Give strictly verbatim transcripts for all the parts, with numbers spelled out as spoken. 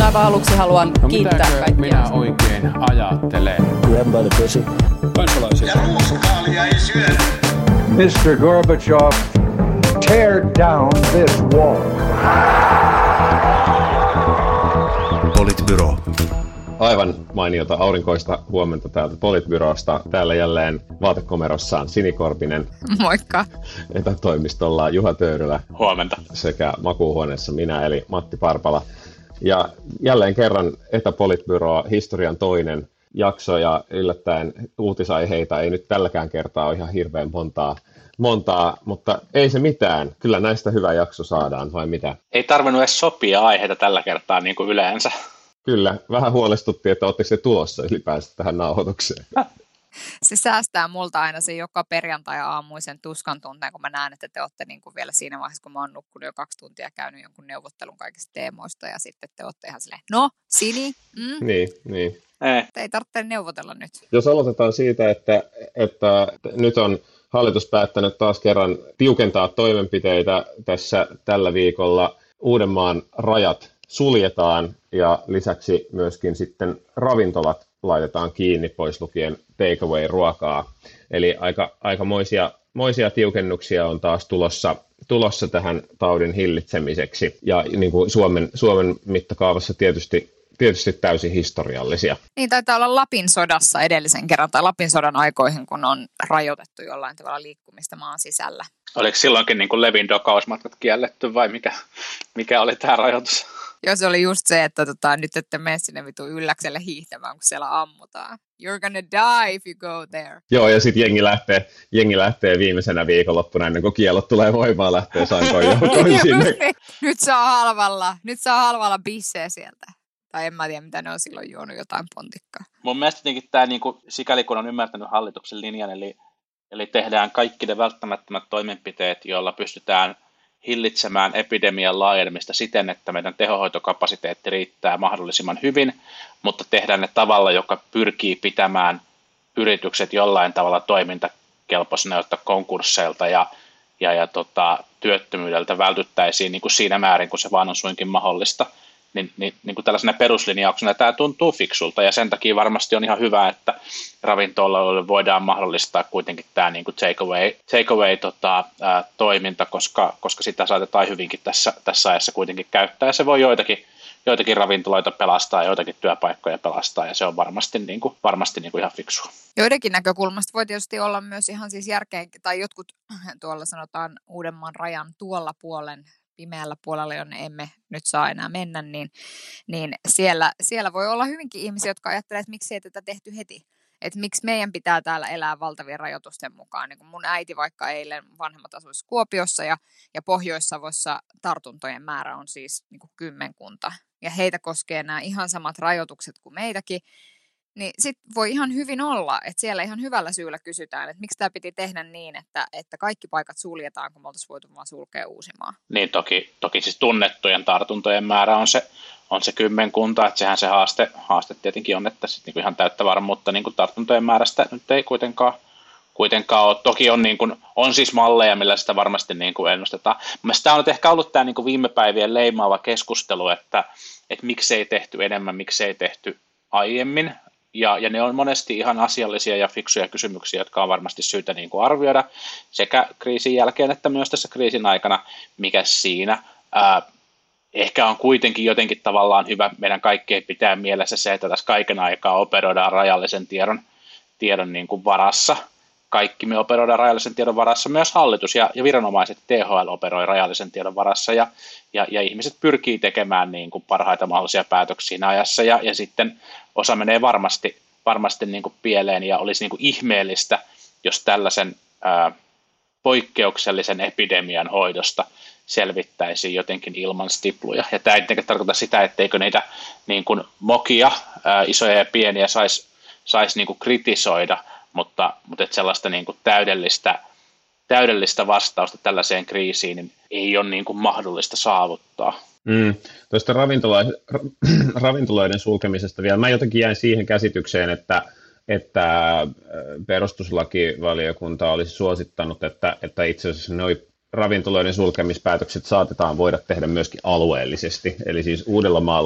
aivan aluksi haluan no, kiittää kaikkia. minä oikein ajattelen? Grab by the pussy. Kansalaisia. Ja ruuskaalia ei syödä. mister Gorbachev, tear down this wall. Politbyro. Aivan mainiota aurinkoista huomenta täältä Politbyrosta. Täällä jälleen vaatekomerossaan Sini Korpinen. Moikka. Etätoimistolla Juha Töyrylä. Huomenta. Sekä makuuhuoneessa minä eli Matti Parpala. Ja jälleen kerran Etäpolitbyro, historian toinen jakso ja yllättäen uutisaiheita ei nyt tälläkään kertaa ole ihan hirveän montaa. Montaa, mutta ei se mitään. Kyllä näistä hyvä jakso saadaan, vai mitä? Ei tarvinnut edes sopia aiheita tällä kertaa niin kuin yleensä. Kyllä, vähän huolestuttiin, että oletteko te tulossa ylipäänsä tähän nauhoitukseen. Se säästää multa aina se joka perjantai-aamuisen tuskan tunteen, kun mä näen, että te olette niin kuin vielä siinä vaiheessa, kun mä oon nukkunut jo kaksi tuntia ja käynyt jonkun neuvottelun kaikista teemoista, ja sitten te olette ihan silleen, no, Sini? Mm? Niin, niin. Eh. Ei tarvitse neuvotella nyt. Jos aloitetaan siitä, että, että nyt on hallitus päättänyt taas kerran tiukentaa toimenpiteitä tässä tällä viikolla. Uudenmaan rajat suljetaan ja lisäksi myöskin sitten ravintolat laitetaan kiinni pois lukien takeaway-ruokaa. Eli aika, aikamoisia moisia tiukennuksia on taas tulossa, tulossa tähän taudin hillitsemiseksi ja niin kuin Suomen, Suomen mittakaavassa tietysti Tietysti täysin historiallisia. Niin taitaa olla Lapin sodassa edellisen kerran tai Lapin sodan aikoihin, kun on rajoitettu jollain tavalla liikkumista maan sisällä. Oliko silloinkin niin kuin Levin dokausmatkat kielletty vai mikä, mikä oli tämä rajoitus? Joo, se oli just se, että tota, nyt ette mene sinne vitu ylläkselle hiihtämään, kun siellä ammutaan. You're gonna die if you go there. Joo, ja sitten jengi lähtee, jengi lähtee viimeisenä viikonloppuna, ennen kuin kiellot tulee voimaan, lähtee sankoon joukoin sinne. Nyt saa halvalla, nyt saa halvalla bisseä sieltä. Tai en mä tiedä, mitä ne on silloin juonut jotain pontikkaa. Mun mielestä tietenkin tämä, niin kuin, sikäli kun on ymmärtänyt hallituksen linjan, eli, eli tehdään kaikki ne välttämättömät toimenpiteet, joilla pystytään hillitsemään epidemian laajenemista siten, että meidän tehohoitokapasiteetti riittää mahdollisimman hyvin, mutta tehdään ne tavalla, joka pyrkii pitämään yritykset jollain tavalla toimintakelpoisena, jotta konkursseilta ja, ja, ja tota, työttömyydeltä vältyttäisiin niin kuin siinä määrin, kun se vaan on suinkin mahdollista. Niin, niin, niin kuin tällaisena peruslinjauksena tämä tuntuu fiksulta, ja sen takia varmasti on ihan hyvä, että ravintoloille voidaan mahdollistaa kuitenkin tämä niin kuin takeaway, takeaway tota, ää, toiminta, koska, koska sitä saatetaan hyvinkin tässä, tässä ajassa kuitenkin käyttää, ja se voi joitakin, joitakin ravintoloita pelastaa, joitakin työpaikkoja pelastaa, ja se on varmasti, niin kuin, varmasti niin kuin ihan fiksua. Joidenkin näkökulmasta voi tietysti olla myös ihan siis järkeen, tai jotkut tuolla sanotaan Uudenmaan rajan tuolla puolen, pimeällä puolella, jonne emme nyt saa enää mennä, niin, niin siellä, siellä voi olla hyvinkin ihmisiä, jotka ajattelevat, että miksi ei tätä tehty heti. Että miksi meidän pitää täällä elää valtavien rajoitusten mukaan. Niin kun mun äiti vaikka eilen vanhemmat asuisi Kuopiossa ja, ja Pohjois-Savossa tartuntojen määrä on siis niin kuin kymmenkunta. Ja heitä koskee nämä ihan samat rajoitukset kuin meitäkin. Niin sitten voi ihan hyvin olla, että siellä ihan hyvällä syyllä kysytään, että miksi tämä piti tehdä niin, että, että kaikki paikat suljetaan, kun me oltaisiin voitu vaan sulkea Uusimaa. Niin toki, toki siis tunnettujen tartuntojen määrä on se, on se kymmenkunta, että sehän se haaste, haaste tietenkin on, että sit niinku ihan täyttä varmuutta niinku tartuntojen määrästä nyt ei kuitenkaan, kuitenkaan ole. Toki on, niinku, on siis malleja, millä sitä varmasti niinku ennustetaan. Mielestäni tämä on nyt ehkä ollut tämä niinku viime päivien leimaava keskustelu, että et miksei tehty enemmän, miksei tehty aiemmin. Ja, ja ne on monesti ihan asiallisia ja fiksuja kysymyksiä, jotka on varmasti syytä niin kuin arvioida sekä kriisin jälkeen että myös tässä kriisin aikana, mikä siinä. Ää, ehkä on kuitenkin jotenkin tavallaan hyvä meidän kaikkien pitää mielessä se, että tässä kaiken aikaa operoidaan rajallisen tiedon, tiedon niin kuin varassa. Kaikki me operoidaan rajallisen tiedon varassa, myös hallitus ja, ja viranomaiset T H L operoi rajallisen tiedon varassa ja, ja, ja ihmiset pyrkii tekemään niin kuin parhaita mahdollisia päätöksiä siinä ajassa ja, ja sitten osa menee varmasti, varmasti niin kuin pieleen ja olisi niin kuin ihmeellistä, jos tällaisen ää, poikkeuksellisen epidemian hoidosta selvittäisiin jotenkin ilman stipluja. Ja tämä ei tarkoita sitä, etteikö niitä niin kuin mokia, ää, isoja ja pieniä, saisi sais niin kuin kritisoida, mutta, mutta että sellaista niin kuin täydellistä, täydellistä vastausta tällaiseen kriisiin niin ei ole niin kuin mahdollista saavuttaa. Mm. Tuosta ravintolo- ravintoloiden sulkemisesta vielä. Mä jotenkin jäin siihen käsitykseen, että, että perustuslakivaliokunta olisi suosittanut, että, että itse asiassa nuo ravintoloiden sulkemispäätökset saatetaan voida tehdä myöskin alueellisesti. Eli siis Uudellamaalla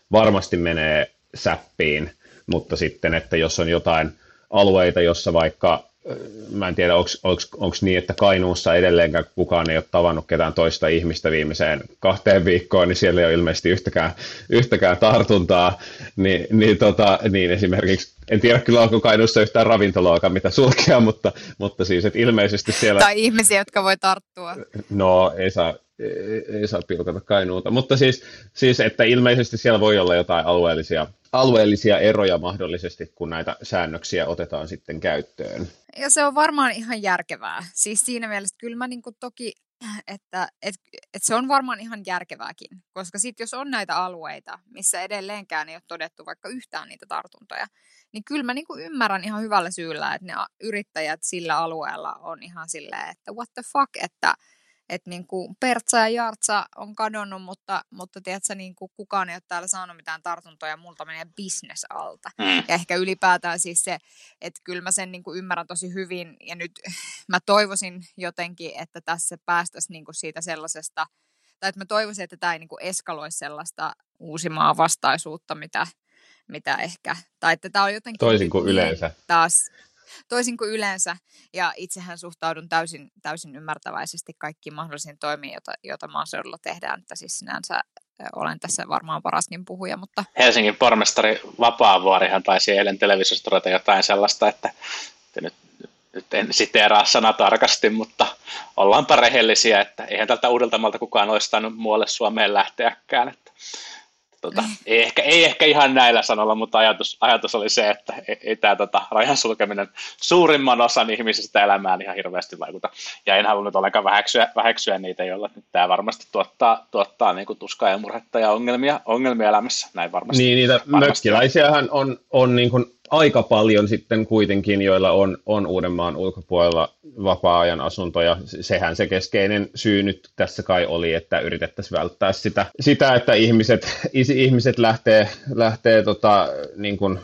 varmasti menee säppiin, mutta sitten, että jos on jotain alueita, jossa vaikka, mä en tiedä, onko niin, että Kainuussa edelleenkään kukaan ei ole tavannut ketään toista ihmistä viimeiseen kahteen viikkoon, niin siellä ei ole ilmeisesti yhtäkään, yhtäkään tartuntaa, niin, niin, tota, niin esimerkiksi, en tiedä kyllä onko Kainuussa yhtään ravintolaa, mitä sulkea, mutta, mutta siis, että ilmeisesti siellä... Tai ihmisiä, jotka voi tarttua. No, ei saa, ei, ei saa pilkata Kainuuta, mutta siis, siis, että ilmeisesti siellä voi olla jotain alueellisia, alueellisia eroja mahdollisesti, kun näitä säännöksiä otetaan sitten käyttöön. Ja se on varmaan ihan järkevää. Siis siinä mielessä kyllä mä niin kuin toki, että et, et se on varmaan ihan järkevääkin. Koska sitten jos on näitä alueita, missä edelleenkään ei ole todettu vaikka yhtään niitä tartuntoja, niin kyllä mä niin kuin ymmärrän ihan hyvällä syyllä, että ne yrittäjät sillä alueella on ihan silleen, että what the fuck, että että niin kuin Pertsa ja Jartsa on kadonnut, mutta, mutta tiedätkö, niin kuin kukaan ei ole täällä saanut mitään tartuntoja, multa menee business alta. Mm. Ja ehkä ylipäätään siis se, että kyllä mä sen niin kuin ymmärrän tosi hyvin, ja nyt mä toivoisin jotenkin, että tässä päästäisiin niin kuin siitä sellaisesta, tai että mä toivoisin, että tämä ei niin kuin eskaloisi sellaista uusimaa vastaisuutta, mitä, mitä ehkä, tai että tämä on jotenkin... Toisin kuin yleensä. Taas... Toisin kuin yleensä, ja itsehän suhtaudun täysin, täysin ymmärtäväisesti kaikkiin mahdollisiin toimiin, joita, joita maaseudulla tehdään, että siis sinänsä olen tässä varmaan paraskin puhuja, mutta... Helsingin pormestari Vapaavuorihan taisi eilen televisiossa todeta jotain sellaista, että, että nyt, nyt en siteeraa sanatarkasti, mutta ollaanpa rehellisiä, että eihän tältä Uudeltamaalta kukaan olisi tainnut muualle Suomeen lähteäkään, että Tota, ei, ehkä, ei ehkä ihan näillä sanoilla, mutta ajatus, ajatus oli se, että ei, ei tämä tota, rajan sulkeminen suurimman osan ihmisistä elämään ihan hirveästi vaikuta. Ja en halunnut ollenkaan väheksyä, väheksyä niitä, joilla nyt tämä varmasti tuottaa, tuottaa niin kuin tuskaa ja murhetta ja ongelmia, ongelmia elämässä. Näin varmasti. Niin, niitä mökkiläisiähän on, on niin kuin aika paljon sitten kuitenkin, joilla on, on Uudenmaan ulkopuolella vapaa-ajan asuntoja. Sehän se keskeinen syy nyt tässä kai oli, että yritettäisiin välttää sitä, sitä että ihmiset, ihmiset lähtee, lähtee tota, niin kuin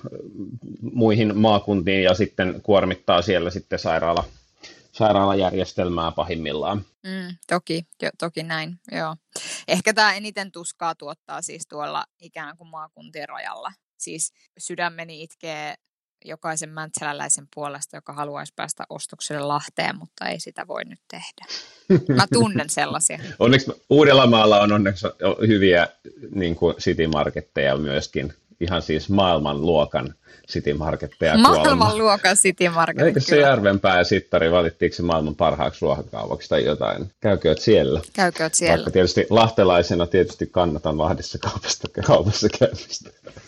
muihin maakuntiin ja sitten kuormittaa siellä sitten sairaala, sairaalajärjestelmää pahimmillaan. Mm, toki, jo, toki näin, joo. Ehkä tämä eniten tuskaa tuottaa siis tuolla ikään kuin maakuntien rajalla. Siis sydämeni itkee jokaisen mäntsäläläisen puolesta, joka haluaisi päästä ostokselle Lahteen, mutta ei sitä voi nyt tehdä. Mä tunnen sellaisia. Onneksi Uudellamaalla on onneksi hyviä niin kuin citymarketteja myöskin. Ihan siis maailmanluokan citymarketteja. Maailmanluokan citymarketteja. Eikö se Järvenpää ja Sittari, valittiinko se maailman parhaaksi ruokakaupaksi tai jotain? Käykööt siellä. Käykööt siellä. Vaikka tietysti lahtelaisena tietysti kannatan Lahdessa kaupasta, kaupassa käymistä.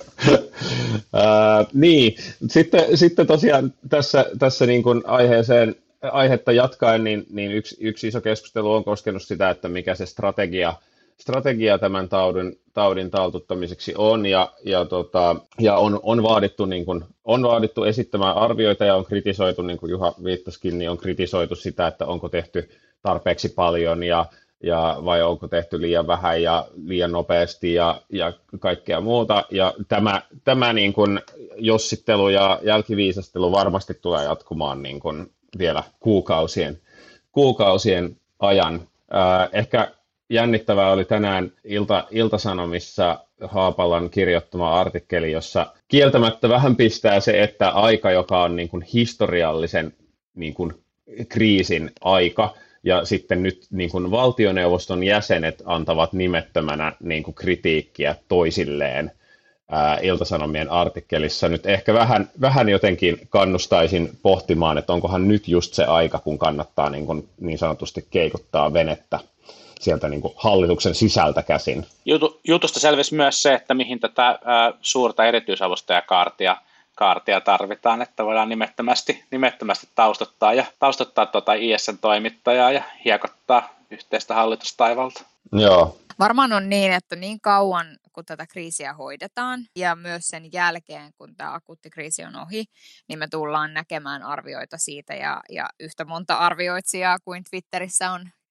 uh, niin, sitten, sitten tosiaan tässä, tässä niin kuin aiheeseen, aihetta jatkaen, niin, niin yksi, yksi iso keskustelu on koskenut sitä, että mikä se strategia, strategia tämän taudin, taudin taltuttamiseksi on, ja, ja, tota, ja on, on, vaadittu, niin kuin, on vaadittu esittämään arvioita, ja on kritisoitu, niin kuin Juha viittasikin, niin on kritisoitu sitä, että onko tehty tarpeeksi paljon, ja Ja, vai onko tehty liian vähän ja liian nopeasti ja, ja kaikkea muuta. Ja tämä, tämä niin kuin jossittelu ja jälkiviisastelu varmasti tulee jatkumaan niin kuin vielä kuukausien, kuukausien ajan. Äh, ehkä jännittävää oli tänään Ilta, Ilta-Sanomissa Haapalan kirjoittama artikkeli, jossa kieltämättä vähän pistää se, että aika, joka on niin kuin historiallisen niin kuin kriisin aika, ja sitten nyt niin kuin valtioneuvoston jäsenet antavat nimettömänä niin kuin kritiikkiä toisilleen ää, Ilta-Sanomien artikkelissa. Nyt ehkä vähän, vähän jotenkin kannustaisin pohtimaan, että onkohan nyt just se aika, kun kannattaa niin, kuin niin sanotusti keikuttaa venettä sieltä niin kuin hallituksen sisältä käsin. Jutu, jutusta selvisi myös se, että mihin tätä ää, suurta erityisavustajakartia kaartia tarvitaan, että voidaan nimettömästi, nimettömästi taustottaa, ja, taustottaa tuota I S:n toimittajaa ja hiekottaa yhteistä hallitustaivalta. Joo. Varmaan on niin, että niin kauan kun tätä kriisiä hoidetaan ja myös sen jälkeen, kun tämä akuutti kriisi on ohi, niin me tullaan näkemään arvioita siitä ja, ja yhtä monta arvioitsijaa kuin Twitterissä on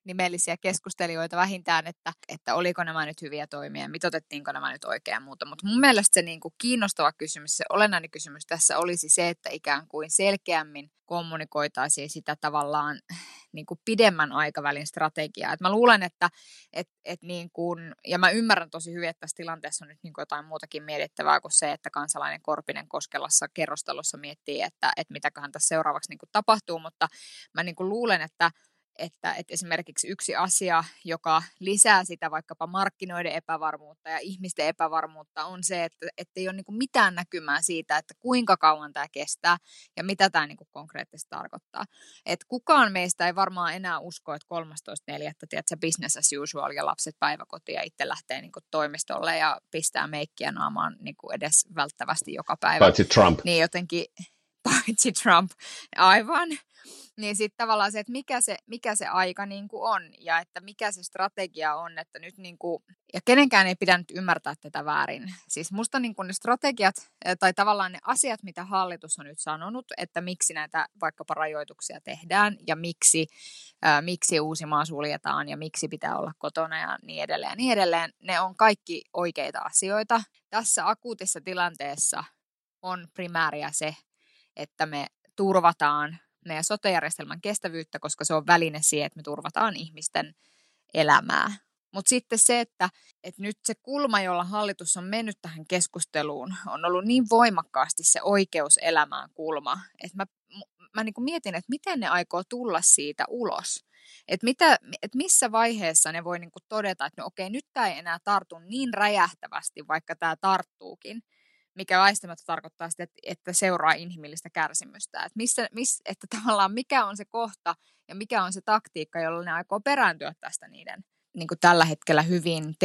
nimellisiä keskustelijoita vähintään, että, että oliko nämä nyt hyviä toimia, mitoitettiinko nämä nyt oikein ja muuta. Mutta mun mielestä se niin kuin kiinnostava kysymys, se olennainen kysymys tässä olisi se, että ikään kuin selkeämmin kommunikoitaisiin sitä tavallaan niin kuin pidemmän aikavälin strategiaa. Et mä luulen, että et, et niin kuin, ja mä ymmärrän tosi hyvin, että tässä tilanteessa on nyt niin kuin jotain muutakin mietittävää kuin se, että kansalainen Korpinen Koskelassa kerrostalossa miettii, että, että mitäköhän tässä seuraavaksi niin kuin tapahtuu, mutta mä niin kuin luulen, että Että, että esimerkiksi yksi asia, joka lisää sitä vaikkapa markkinoiden epävarmuutta ja ihmisten epävarmuutta, on se, että, että ei ole niin kuin mitään näkymää siitä, että kuinka kauan tämä kestää ja mitä tämä niin kuin konkreettisesti tarkoittaa. Että kukaan meistä ei varmaan enää usko, että kolmastoista neljättä tiedätkö, business as usual ja lapset päiväkotiin ja itse lähtee niin kuin toimistolle ja pistää meikkiä naamaan niin kuin edes välttävästi joka päivä. Paitsi Trump. Niin jotenkin, paitsi Trump, aivan. Niin sitten tavallaan se, että mikä se, mikä se aika niin kuin on ja että mikä se strategia on, että nyt niin kuin, ja kenenkään ei pidä nyt ymmärtää tätä väärin. Siis musta niin kuin ne strategiat tai tavallaan ne asiat, mitä hallitus on nyt sanonut, että miksi näitä vaikkapa rajoituksia tehdään ja miksi, ää, miksi Uusimaa suljetaan ja miksi pitää olla kotona ja niin edelleen ja niin edelleen, ne on kaikki oikeita asioita. Tässä akuutissa tilanteessa on primääriä se, että me turvataan meidän sote-järjestelmän kestävyyttä, koska se on väline siihen, että me turvataan ihmisten elämää. Mutta sitten se, että, että nyt se kulma, jolla hallitus on mennyt tähän keskusteluun, on ollut niin voimakkaasti se oikeus elämään kulma, että mä, mä niin kuin mietin, että miten ne aikoo tulla siitä ulos. Että, mitä, että missä vaiheessa ne voi niin kuin todeta, että no okei, nyt tämä ei enää tartu niin räjähtävästi, vaikka tämä tarttuukin, mikä väistämättä tarkoittaa sitä, että seuraa inhimillistä kärsimystä. Että, missä, miss, että tavallaan mikä on se kohta ja mikä on se taktiikka, jolla ne aikoo perääntyä tästä niiden niin kuin tällä hetkellä hyvin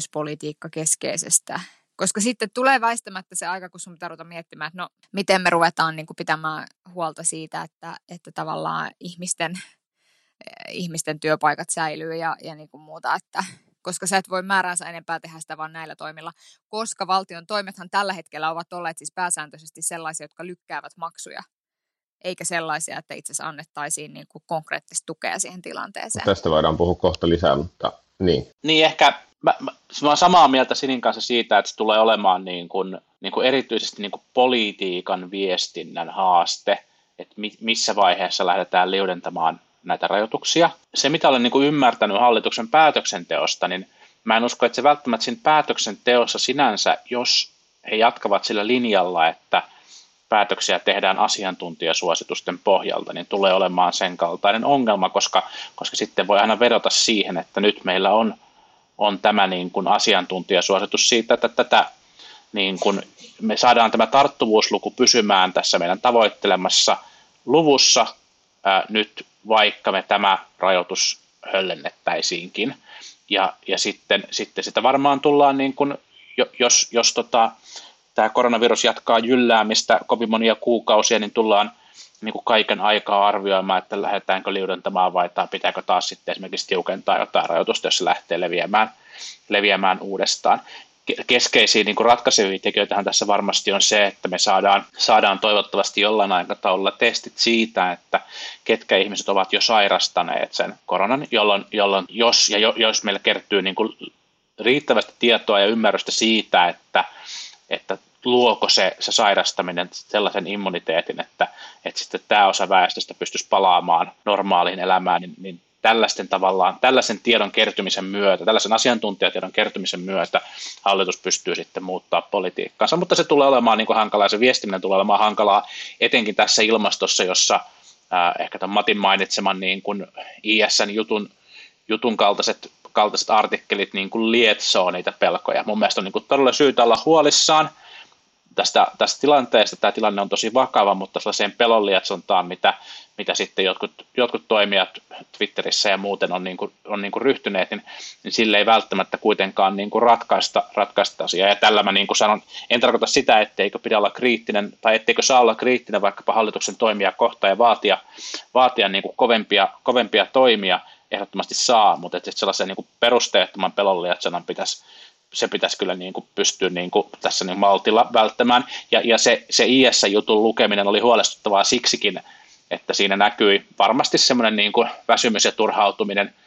terveyspolitiikka-keskeisestä. Koska sitten tulee väistämättä se aika, kun sun pitää ruveta miettimään, että no miten me ruvetaan niin kuin pitämään huolta siitä, että, että tavallaan ihmisten, ihmisten työpaikat säilyy ja, ja niin kuin muuta, että koska sä et voi määräänsä enempää tehdä sitä vaan näillä toimilla, koska valtion toimethan tällä hetkellä ovat olleet siis pääsääntöisesti sellaisia, jotka lykkäävät maksuja, eikä sellaisia, että itse asiassa annettaisiin niin kuin konkreettista tukea siihen tilanteeseen. Tästä voidaan puhua kohta lisää, mutta niin. Niin ehkä, mä, mä, mä olen samaa mieltä Sinin kanssa siitä, että se tulee olemaan niin kuin, niin kuin erityisesti niin kuin politiikan viestinnän haaste, että mi, missä vaiheessa lähdetään liudentamaan näitä rajoituksia. Se, mitä olen niin kuin ymmärtänyt hallituksen päätöksenteosta, niin mä en usko, että se välttämättä siinä päätöksenteossa sinänsä, jos he jatkavat sillä linjalla, että päätöksiä tehdään asiantuntijasuositusten pohjalta, niin tulee olemaan sen kaltainen ongelma, koska, koska sitten voi aina vedota siihen, että nyt meillä on, on tämä niin kuin asiantuntijasuositus siitä, että tätä, niin kuin me saadaan tämä tarttuvuusluku pysymään tässä meidän tavoittelemassa luvussa ää, nyt, vaikka me tämä rajoitus höllennettäisiinkin. Ja, ja sitten, sitten sitä varmaan tullaan, niin kuin, jos, jos tota, tämä koronavirus jatkaa jylläämistä kovin monia kuukausia, niin tullaan niin kuin kaiken aikaa arvioimaan, että lähdetäänkö liudentamaan vai pitääkö taas sitten esimerkiksi tiukentaa jotain rajoitusta, jos se lähtee leviämään, leviämään uudestaan. Keskeisiä niin kuin ratkaisevia tekijöitähän tässä varmasti on se, että me saadaan, saadaan toivottavasti jollain aikataululla testit siitä, että ketkä ihmiset ovat jo sairastaneet sen koronan, jolloin, jolloin jos, ja jo, jos meillä kertyy niin kuin riittävästi tietoa ja ymmärrystä siitä, että, että luoko se, se sairastaminen sellaisen immuniteetin, että, että sitten tämä osa väestöstä pystyisi palaamaan normaaliin elämään, niin, niin tällaisten tavallaan, tällaisen tiedon kertymisen myötä, tällaisen asiantuntijatiedon kertymisen myötä hallitus pystyy sitten muuttaa politiikkaansa, mutta se tulee olemaan niin kuin hankalaa ja se viestinnän tulee olemaan hankalaa etenkin tässä ilmastossa, jossa ää, ehkä tämän Matin mainitseman niin kuin I S:n jutun, jutun kaltaiset, kaltaiset artikkelit niin kuin lietsoo niitä pelkoja. Mun mielestä on niin kuin todella syytä olla huolissaan tästä, tästä tilanteesta. Tämä tilanne on tosi vakava, mutta sellaiseen pelon lietsontaan, mitä, mitä sitten jotkut, jotkut toimijat Twitterissä ja muuten on, niin kuin, on niin kuin ryhtyneet, niin, niin sille ei välttämättä kuitenkaan niin kuin ratkaista, ratkaista asiaa. Ja tällä mä niin kuin sanon, en tarkoita sitä, etteikö pidä olla kriittinen tai etteikö saa olla kriittinen vaikkapa hallituksen toimia kohtaan ja vaatia, vaatia niin kuin kovempia, kovempia toimia, ehdottomasti saa, mutta että sellaisen niin kuin perusteettoman pelon lietsonan pitäisi se pitäisi kyllä niin kuin pystyä niin kuin tässä niin maltilla välttämään. Ja, ja se, se I S-jutun lukeminen oli huolestuttavaa siksikin, että siinä näkyi varmasti semmoinen niin kuin väsymys ja turhautuminen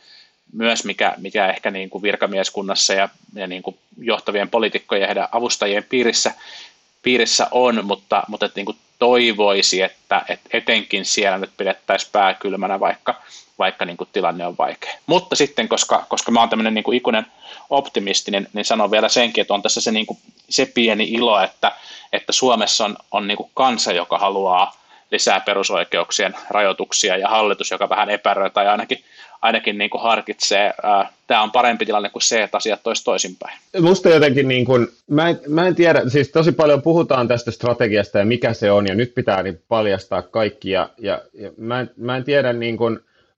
myös mikä, mikä ehkä niin kuin virkamieskunnassa ja, ja niin kuin johtavien poliitikkojen ja heidän avustajien piirissä, piirissä on, mutta, mutta että niin kuin toivoisi, että, että etenkin siellä nyt pidettäisiin pää kylmänä, vaikka, vaikka niin kuin tilanne on vaikea. Mutta sitten, koska, koska mä oon tämmöinen niin kuin ikuinen optimisti, niin, niin sanon vielä senkin, että on tässä se, niin kuin, se pieni ilo, että, että Suomessa on, on niin kuin kansa, joka haluaa lisää perusoikeuksien rajoituksia ja hallitus, joka vähän epäröi tai ainakin, ainakin niin kuin harkitsee. Tämä on parempi tilanne kuin se, että asiat olisi toisinpäin. Musta jotenkin, niin kuin, mä, en, mä en tiedä, siis tosi paljon puhutaan tästä strategiasta ja mikä se on, ja nyt pitää niin paljastaa kaikki, ja, ja, ja mä, en, mä en tiedä, niin kuin,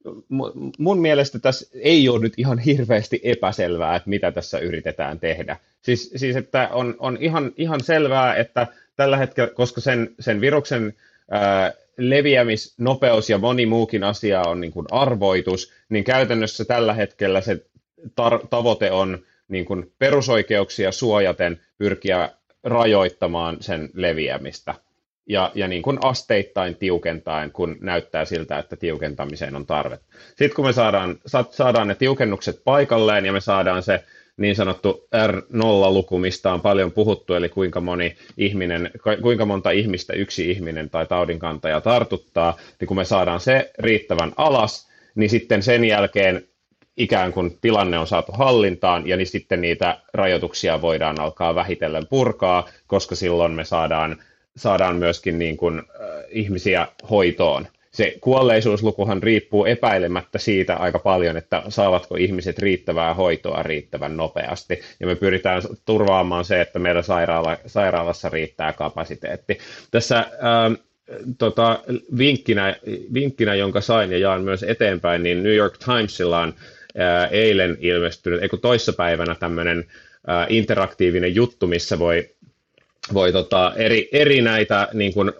mun mielestä tässä ei ole nyt ihan hirveästi epäselvää, että mitä tässä yritetään tehdä. Siis, siis että on, on ihan, ihan selvää, että tällä hetkellä, koska sen, sen viruksen ää, leviämisnopeus ja moni muukin asia on niin kuin arvoitus, niin käytännössä tällä hetkellä se tar- tavoite on niin kuin perusoikeuksia suojaten pyrkiä rajoittamaan sen leviämistä. Ja, ja niin kuin asteittain tiukentaen, kun näyttää siltä, että tiukentamiseen on tarve. Sitten kun me saadaan, saadaan ne tiukennukset paikalleen ja me saadaan se niin sanottu R nolla-luku, mistä on paljon puhuttu, eli kuinka moni ihminen, kuinka monta ihmistä yksi ihminen tai taudinkantaja tartuttaa, niin kun me saadaan se riittävän alas, niin sitten sen jälkeen ikään kuin tilanne on saatu hallintaan, ja niin sitten niitä rajoituksia voidaan alkaa vähitellen purkaa, koska silloin me saadaan, saadaan myöskin niin kuin, äh, ihmisiä hoitoon. Se kuolleisuuslukuhan riippuu epäilemättä siitä aika paljon, että saavatko ihmiset riittävää hoitoa riittävän nopeasti. Ja me pyritään turvaamaan se, että meillä sairaala, sairaalassa riittää kapasiteetti. Tässä ähm, tota, vinkkinä, vinkkinä, jonka sain ja jaan myös eteenpäin, niin New York Timesilla on äh, eilen ilmestynyt, eikö toissapäivänä tämmöinen äh, interaktiivinen juttu, missä voi voi tota, eri, eri näitä niin kuin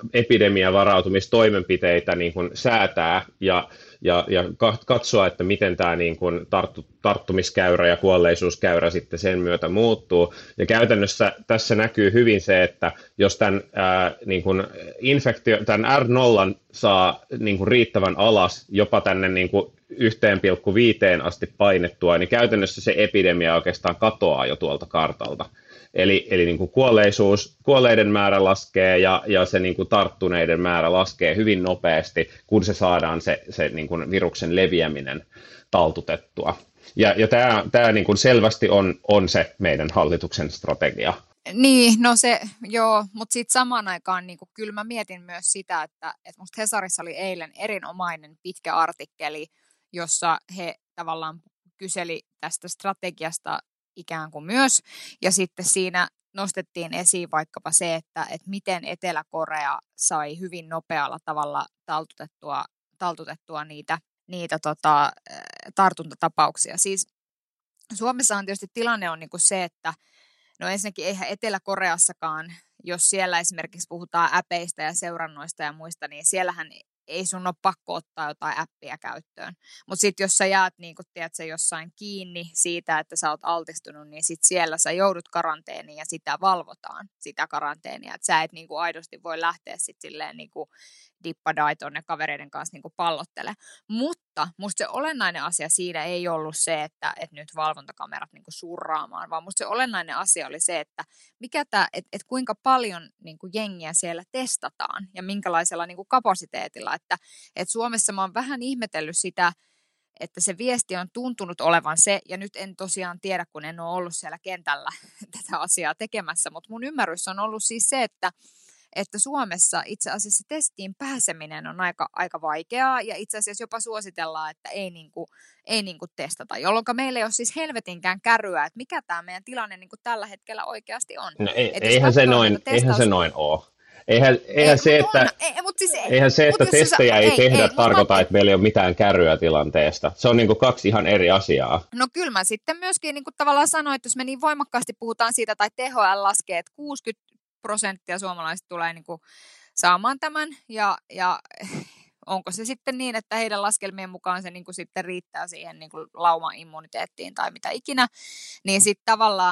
epidemiavarautumistoimenpiteitä niin kuin säätää ja, ja, ja katsoa, että miten tämä niin kuin tarttu, tarttumiskäyrä ja kuolleisuuskäyrä sitten sen myötä muuttuu. Ja käytännössä tässä näkyy hyvin se, että jos tämän, ää, niin kuin infektio, tämän R nolla saa niin kuin riittävän alas jopa tänne niin kuin yhteen pilkku viiteen asti painettua, niin käytännössä se epidemia oikeastaan katoaa jo tuolta kartalta. Eli, eli niin kuin kuolleisuus, kuolleiden määrä laskee ja, ja se niin kuin tarttuneiden määrä laskee hyvin nopeasti, kun se saadaan se, se niin kuin viruksen leviäminen taltutettua. Ja, ja tämä, tämä niin kuin selvästi on, on se meidän hallituksen strategia. Niin, no se, joo, mutta sitten samaan aikaan niin kyllä mä mietin myös sitä, että, että musta Hesarissa oli eilen erinomainen pitkä artikkeli, jossa he tavallaan kyseli tästä strategiasta ikään kuin myös, ja sitten siinä nostettiin esiin vaikkapa se, että, että miten Etelä-Korea sai hyvin nopealla tavalla taltutettua, taltutettua niitä, niitä tota, tartuntatapauksia. Siis Suomessahan tietysti tilanne on niin kuin se, että no ensinnäkin eihän Etelä-Koreassakaan, jos siellä esimerkiksi puhutaan äpeistä ja seurannoista ja muista, niin siellähän ei sun ole pakko ottaa jotain appia käyttöön. Mutta sitten jos sä jäät niin kun, tiedätkö, jossain kiinni siitä, että sä oot altistunut, niin sitten siellä sä joudut karanteeniin ja sitä valvotaan, sitä karanteenia. Että sä et niin kun, aidosti voi lähteä sitten silleen niin kuin dippadai tuonne kavereiden kanssa niin kuin pallottele. Mutta musta se olennainen asia siinä ei ollut se, että, että nyt valvontakamerat niin kuin surraamaan, vaan musta se olennainen asia oli se, että, mikä tää, että, että kuinka paljon niin kuin jengiä siellä testataan ja minkälaisella niin kuin kapasiteetilla. Että, että Suomessa mä oon vähän ihmetellyt sitä, että se viesti on tuntunut olevan se, ja nyt en tosiaan tiedä, kun en ole ollut siellä kentällä tätä asiaa tekemässä, mutta mun ymmärrys on ollut siis se, että että Suomessa itse asiassa testiin pääseminen on aika, aika vaikeaa ja itse asiassa jopa suositellaan, että ei, niinku, ei niinku testata, jolloin meillä ei ole siis helvetinkään kärryä, että mikä tämä meidän tilanne niinku tällä hetkellä oikeasti on. No ei, eihän, se noin, testaus... eihän se noin ole. Eihän, eihän ei, se, että, on, ei, siis ei, eihän se, että testejä ei, ei tehdä, ei, tarkoita, mä... että meillä ei ole mitään kärryä tilanteesta. Se on niin kuin kaksi ihan eri asiaa. No kyllä mä sitten myöskin niin kuin tavallaan sanoin, että jos me niin voimakkaasti puhutaan siitä, tai T H L laskee, että kuusikymmentä prosenttia suomalaiset tulee niin kuin saamaan tämän, ja, ja onko se sitten niin, että heidän laskelmien mukaan se niin kuin sitten riittää siihen niin kuin laumaimmuniteettiin tai mitä ikinä, niin sitten tavallaan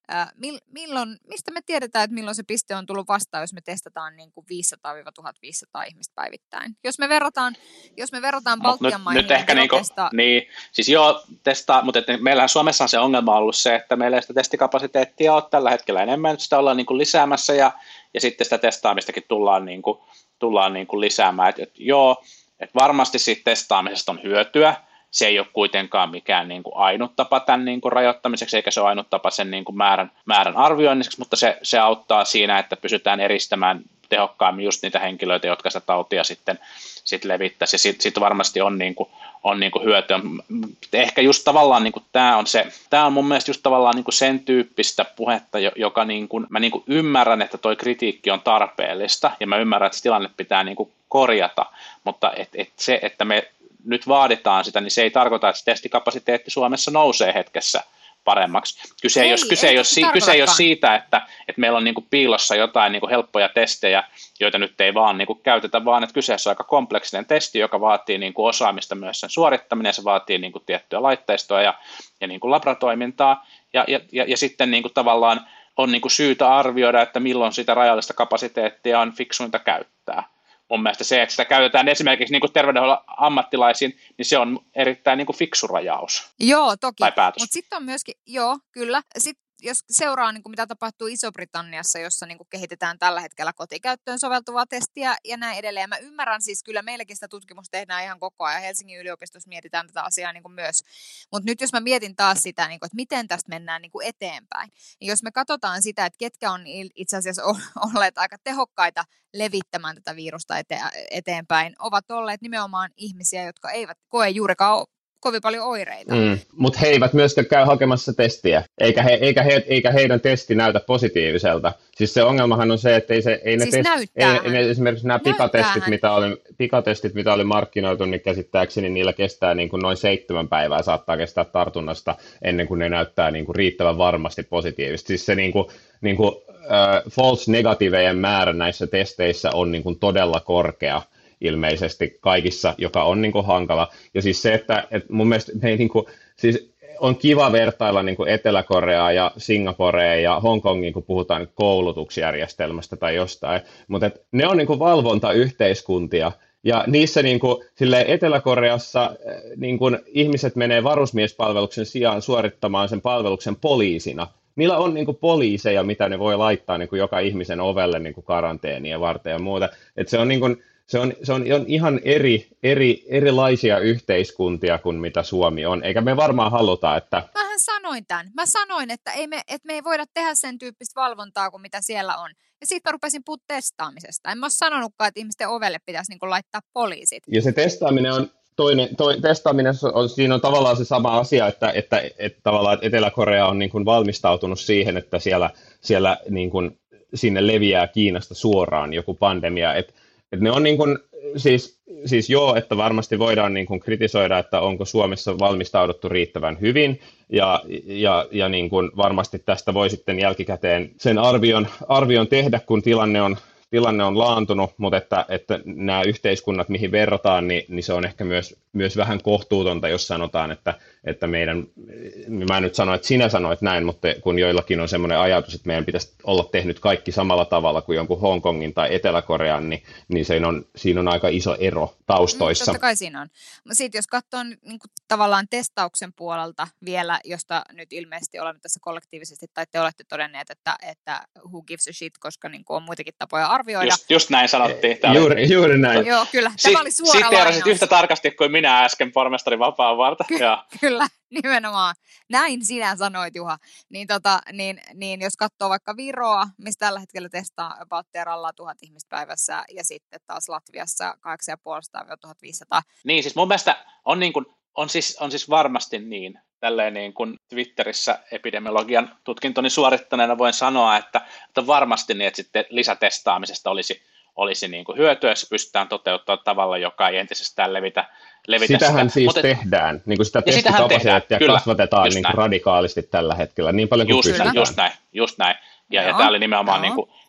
Ää, milloin, mistä me tiedetään, että milloin se piste on tullut vastaan, jos me testataan niin kuin viisisataa tuhatviisisataa ihmistä päivittäin? Jos me verrataan, jos me verrataan Baltian maihin, nyt, nyt ehkä niin, kuin, testaa... niin, siis joo, testaa, mutta että meillähän Suomessa on se ongelma ollut se, että meillä ei sitä testikapasiteettia ole tällä hetkellä enemmän, sitä ollaan niin kuin lisäämässä ja, ja sitten sitä testaamistakin tullaan, niin kuin, tullaan niin kuin lisäämään. Et, et, joo, et varmasti siitä testaamisesta on hyötyä. Se ei ole kuitenkaan mikään niin kuin ainut tapa tämän niin kuin rajoittamiseksi, eikä se ole ainut tapa sen niin kuin määrän, määrän arvioinniksi, mutta se, se auttaa siinä, että pysytään eristämään tehokkaammin just niitä henkilöitä, jotka sitä tautia sitten, sitten levittäisi. Ja siitä, siitä varmasti on, niin kuin, on niin kuin hyötyä. Ehkä just tavallaan niin kuin tämä on se, tämä on mun mielestä just tavallaan niin kuin sen tyyppistä puhetta, joka niin kuin, mä niin kuin ymmärrän, että toi kritiikki on tarpeellista, ja mä ymmärrän, että se tilanne pitää niin kuin korjata, mutta et, et se, että me nyt vaaditaan sitä, niin se ei tarkoita, että testikapasiteetti Suomessa nousee hetkessä paremmaksi. Kyse ei, ei, ole, kyse ei, ole, kyse ei ole siitä, että, että meillä on niin kuin piilossa jotain niin kuin helppoja testejä, joita nyt ei vaan niin kuin käytetä, vaan että kyseessä on aika kompleksinen testi, joka vaatii niin kuin osaamista myös sen suorittaminen, ja se vaatii niin kuin tiettyä laitteistoa ja, ja niin kuin laboratoimintaa, ja, ja, ja, ja sitten niin kuin tavallaan on niin kuin syytä arvioida, että milloin sitä rajallista kapasiteettia on fiksuinta käyttää. Mun mielestä se, että sitä käytetään esimerkiksi niin kuin terveydenhuollon ammattilaisiin, niin se on erittäin niin kuin fiksu rajaus. Joo, toki. Mutta sitten on myöskin, joo, kyllä. Sitten jos seuraa, niin kuin mitä tapahtuu Iso-Britanniassa, jossa niin kuin kehitetään tällä hetkellä kotikäyttöön soveltuvaa testiä ja näin edelleen. Mä ymmärrän siis, kyllä meilläkin sitä tutkimusta tehdään ihan koko ajan. Helsingin yliopistossa mietitään tätä asiaa niin kuin myös. Mutta nyt jos mä mietin taas sitä, niin kuin, että miten tästä mennään niin kuin eteenpäin, niin jos me katsotaan sitä, että ketkä on itse asiassa olleet aika tehokkaita levittämään tätä virusta ete- eteenpäin, ovat olleet nimenomaan ihmisiä, jotka eivät koe juurikaan kovin paljon oireita. Mm. Mutta he eivät myöskään käy hakemassa testiä, eikä, he, eikä, he, eikä heidän testi näytä positiiviselta. Siis se ongelmahan on se, että ei, se, ei, ne, siis test, ei, ne esimerkiksi nämä pikatestit mitä, oli, pikatestit, mitä oli markkinoitu, niin käsittääkseni niillä kestää niin kuin noin seitsemän päivää, saattaa kestää tartunnasta ennen kuin ne näyttää niin kuin riittävän varmasti positiivisesti. Siis se niin kuin, niin kuin, uh, false negativejen määrä näissä testeissä on niin kuin todella korkea ilmeisesti kaikissa, joka on niin kuin hankala. Ja siis se, että, että mun mielestä me ei, niin kuin, siis on kiva vertailla niin kuin Etelä-Koreaa ja Singaporea ja Hongkongin, kun puhutaan koulutusjärjestelmästä tai jostain, mutta että ne on niin kuin valvontayhteiskuntia, ja niissä niin kuin, silleen Etelä-Koreassa niin kuin ihmiset menee varusmiespalveluksen sijaan suorittamaan sen palveluksen poliisina. Niillä on niin kuin poliiseja, mitä ne voi laittaa niin kuin joka ihmisen ovelle niin kuin karanteenia varten ja muuta. Että se on niin kuin, Se on, se on ihan eri, eri, erilaisia yhteiskuntia kuin mitä Suomi on, eikä me varmaan haluta, että... Mähän sanoin tämän. Mä sanoin, että, ei me, että me ei voida tehdä sen tyyppistä valvontaa kuin mitä siellä on. Ja siitä mä rupesin puhua testaamisesta. En mä ole sanonutkaan, että ihmisten ovelle pitäisi niin kuin laittaa poliisit. Ja se testaaminen on... Toinen, toi, testaaminen on, siinä on tavallaan se sama asia, että, että, että tavallaan että Etelä-Korea on niin kuin valmistautunut siihen, että siellä, siellä niin kuin, sinne leviää Kiinasta suoraan joku pandemia, että Et ne on niin kuin, siis, siis joo, että varmasti voidaan niin kuin kritisoida, että onko Suomessa valmistauduttu riittävän hyvin, ja, ja, ja niin kuin varmasti tästä voi sitten jälkikäteen sen arvion, arvion tehdä, kun tilanne on, tilanne on laantunut, mutta että, että nämä yhteiskunnat, mihin verrataan, niin, niin se on ehkä myös, myös vähän kohtuutonta, jos sanotaan, että, että meidän, mä en nyt sano, että sinä sanoit näin, mutta kun joillakin on semmoinen ajatus, että meidän pitäisi olla tehnyt kaikki samalla tavalla kuin jonkun Hongkongin tai Etelä-Korean, niin, niin siinä, on, siinä on aika iso ero taustoissa. Totta kai siinä on. Sitten jos katsoo niin kuin tavallaan testauksen puolelta vielä, josta nyt ilmeisesti olemme tässä kollektiivisesti, tai te olette todenneet, että, että who gives a shit, koska niin kuin on muitakin tapoja arvioida. Just, just näin sanottiin. Juuri, juuri näin. Joo, kyllä. Tämä oli suora lainaus. Siteerasit yhtä tarkasti kuin minä äsken pormestari Vapaavuorta. Ky- kyllä, nimenomaan. Näin sinä sanoit, Juha. Niin, tota, niin, niin jos katsoo vaikka Viroa, missä tällä hetkellä testaa about teralla tuhat ihmistä päivässä, ja sitten taas Latviassa kahdeksansataa tuhatviisisataa. Niin, siis mun mielestä on, niin kuin, on, siis, on siis varmasti niin, tälleen niin kuin Twitterissä epidemiologian tutkintoni suorittaneena voin sanoa, että, että varmasti niin, että sitten lisätestaamisesta olisi olisi niin kuin hyötyä, jos pystytään toteuttamaan tavalla, joka ei entisestään levitä, levitä sitähän sitä. siis Mutta, tehdään, niin kuin sitä testikapasiteettia kasvatetaan niin kuin radikaalisti tällä hetkellä, niin paljon kuin just, pystytään. Just näin, just näin. Ja, ja tämä oli nimenomaan niin kuin,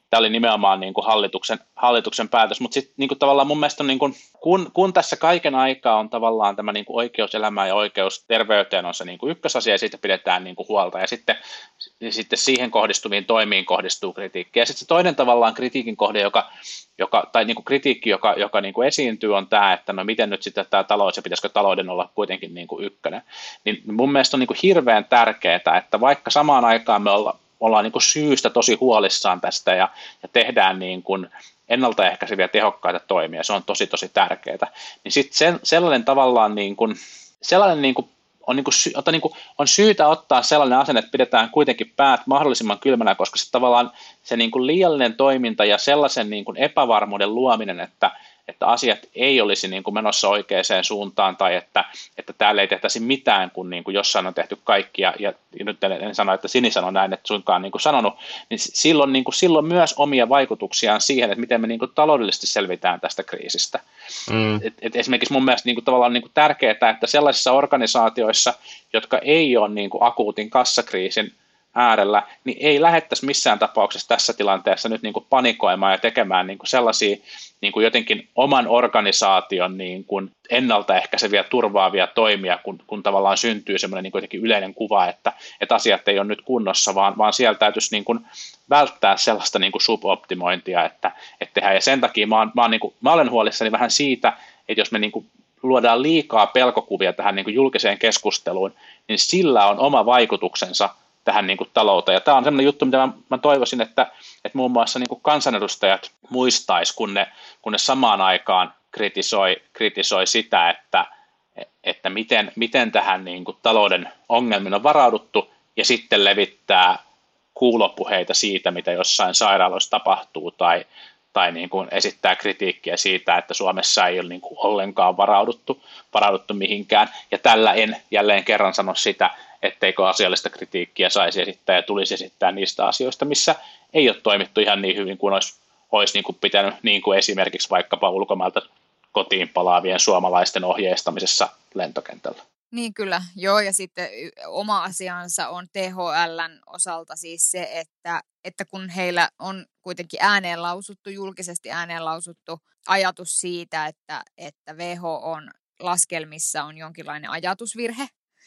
tämä oli nimenomaan niin kuin hallituksen, hallituksen päätös, mutta sitten niin kuin tavallaan mun mielestä on, niin kuin, kun, kun tässä kaiken aikaa on tavallaan tämä niin kuin oikeus elämään ja oikeus terveyteen on se niin kuin ykkösasia ja siitä pidetään niin kuin huolta ja sitten, sitten siihen kohdistuviin toimiin kohdistuu kritiikki. Ja sitten se toinen tavallaan kritiikin kohde, joka, joka, tai niin kuin kritiikki, joka, joka niin kuin esiintyy on tämä, että no miten nyt sitten tämä talous ja pitäisikö talouden olla kuitenkin niin kuin ykkönen. Niin mun mielestä on niin kuin hirveän tärkeää, että vaikka samaan aikaan me ollaan ollaan niin kuin syystä tosi huolissaan tästä ja, ja tehdään niin kuin ennaltaehkäiseviä tehokkaita toimia, se on tosi tosi tärkeää, niin sitten sellainen tavallaan niin kuin, sellainen niin kuin on, niin kuin, ota, niin kuin, on syytä ottaa sellainen asenne, että pidetään kuitenkin päät mahdollisimman kylmänä, koska se tavallaan se niin kuin liiallinen toiminta ja sellaisen niin kuin epävarmuuden luominen, että että asiat ei olisi niin kuin menossa oikeaan suuntaan tai että, että täällä ei tehtäisi mitään, kun niin kuin jossain on tehty kaikki, ja, ja nyt en, en sano, että Sini sanoi näin, että suinkaan niin kuin sanonut, niin silloin, niin kuin, silloin myös omia vaikutuksiaan siihen, että miten me niin kuin taloudellisesti selvitään tästä kriisistä. Mm. Et, et esimerkiksi mun mielestä niin kuin, tavallaan niin kuin tärkeää, että sellaisissa organisaatioissa, jotka ei ole niin kuin akuutin kassakriisin äärellä, niin ei lähettäisi missään tapauksessa tässä tilanteessa nyt niin kuin panikoimaan ja tekemään niin kuin sellaisia niin kuin jotenkin oman organisaation niin kuin ennaltaehkäiseviä turvaavia toimia, kun, kun tavallaan syntyy semmoinen niin kuin jotenkin yleinen kuva, että, että asiat ei ole nyt kunnossa, vaan, vaan siellä täytyisi niin kuin välttää sellaista niin kuin suboptimointia, että, että tehdään. Ja sen takia mä, oon, mä, oon niin kuin, mä olen huolissani vähän siitä, että jos me niin kuin luodaan liikaa pelkokuvia tähän niin kuin julkiseen keskusteluun, niin sillä on oma vaikutuksensa tähän niin kuin talouteen. Ja tämä on sellainen juttu, mitä mä, mä toivoisin, että, että muun muassa niin kuin kansanedustajat muistaisi, kun ne, kun ne samaan aikaan kritisoi, kritisoi sitä, että, että miten, miten tähän niin kuin talouden ongelmiin on varauduttu, ja sitten levittää kuulopuheita siitä, mitä jossain sairaaloissa tapahtuu, tai, tai niin kuin esittää kritiikkiä siitä, että Suomessa ei ole niin kuin ollenkaan varauduttu, varauduttu mihinkään. Ja tällä en jälleen kerran sano sitä, etteikö asiallista kritiikkiä saisi esittää ja tulisi esittää niistä asioista, missä ei ole toimittu ihan niin hyvin kuin olisi, olisi niin kuin pitänyt, niin kuin esimerkiksi vaikkapa ulkomailta kotiin palaavien suomalaisten ohjeistamisessa lentokentällä. Niin kyllä, joo, ja sitten oma asiansa on T H L:n osalta siis se, että, että kun heillä on kuitenkin ääneen lausuttu, julkisesti ääneen lausuttu ajatus siitä, että, että W H O:n laskelmissa on jonkinlainen ajatusvirhe,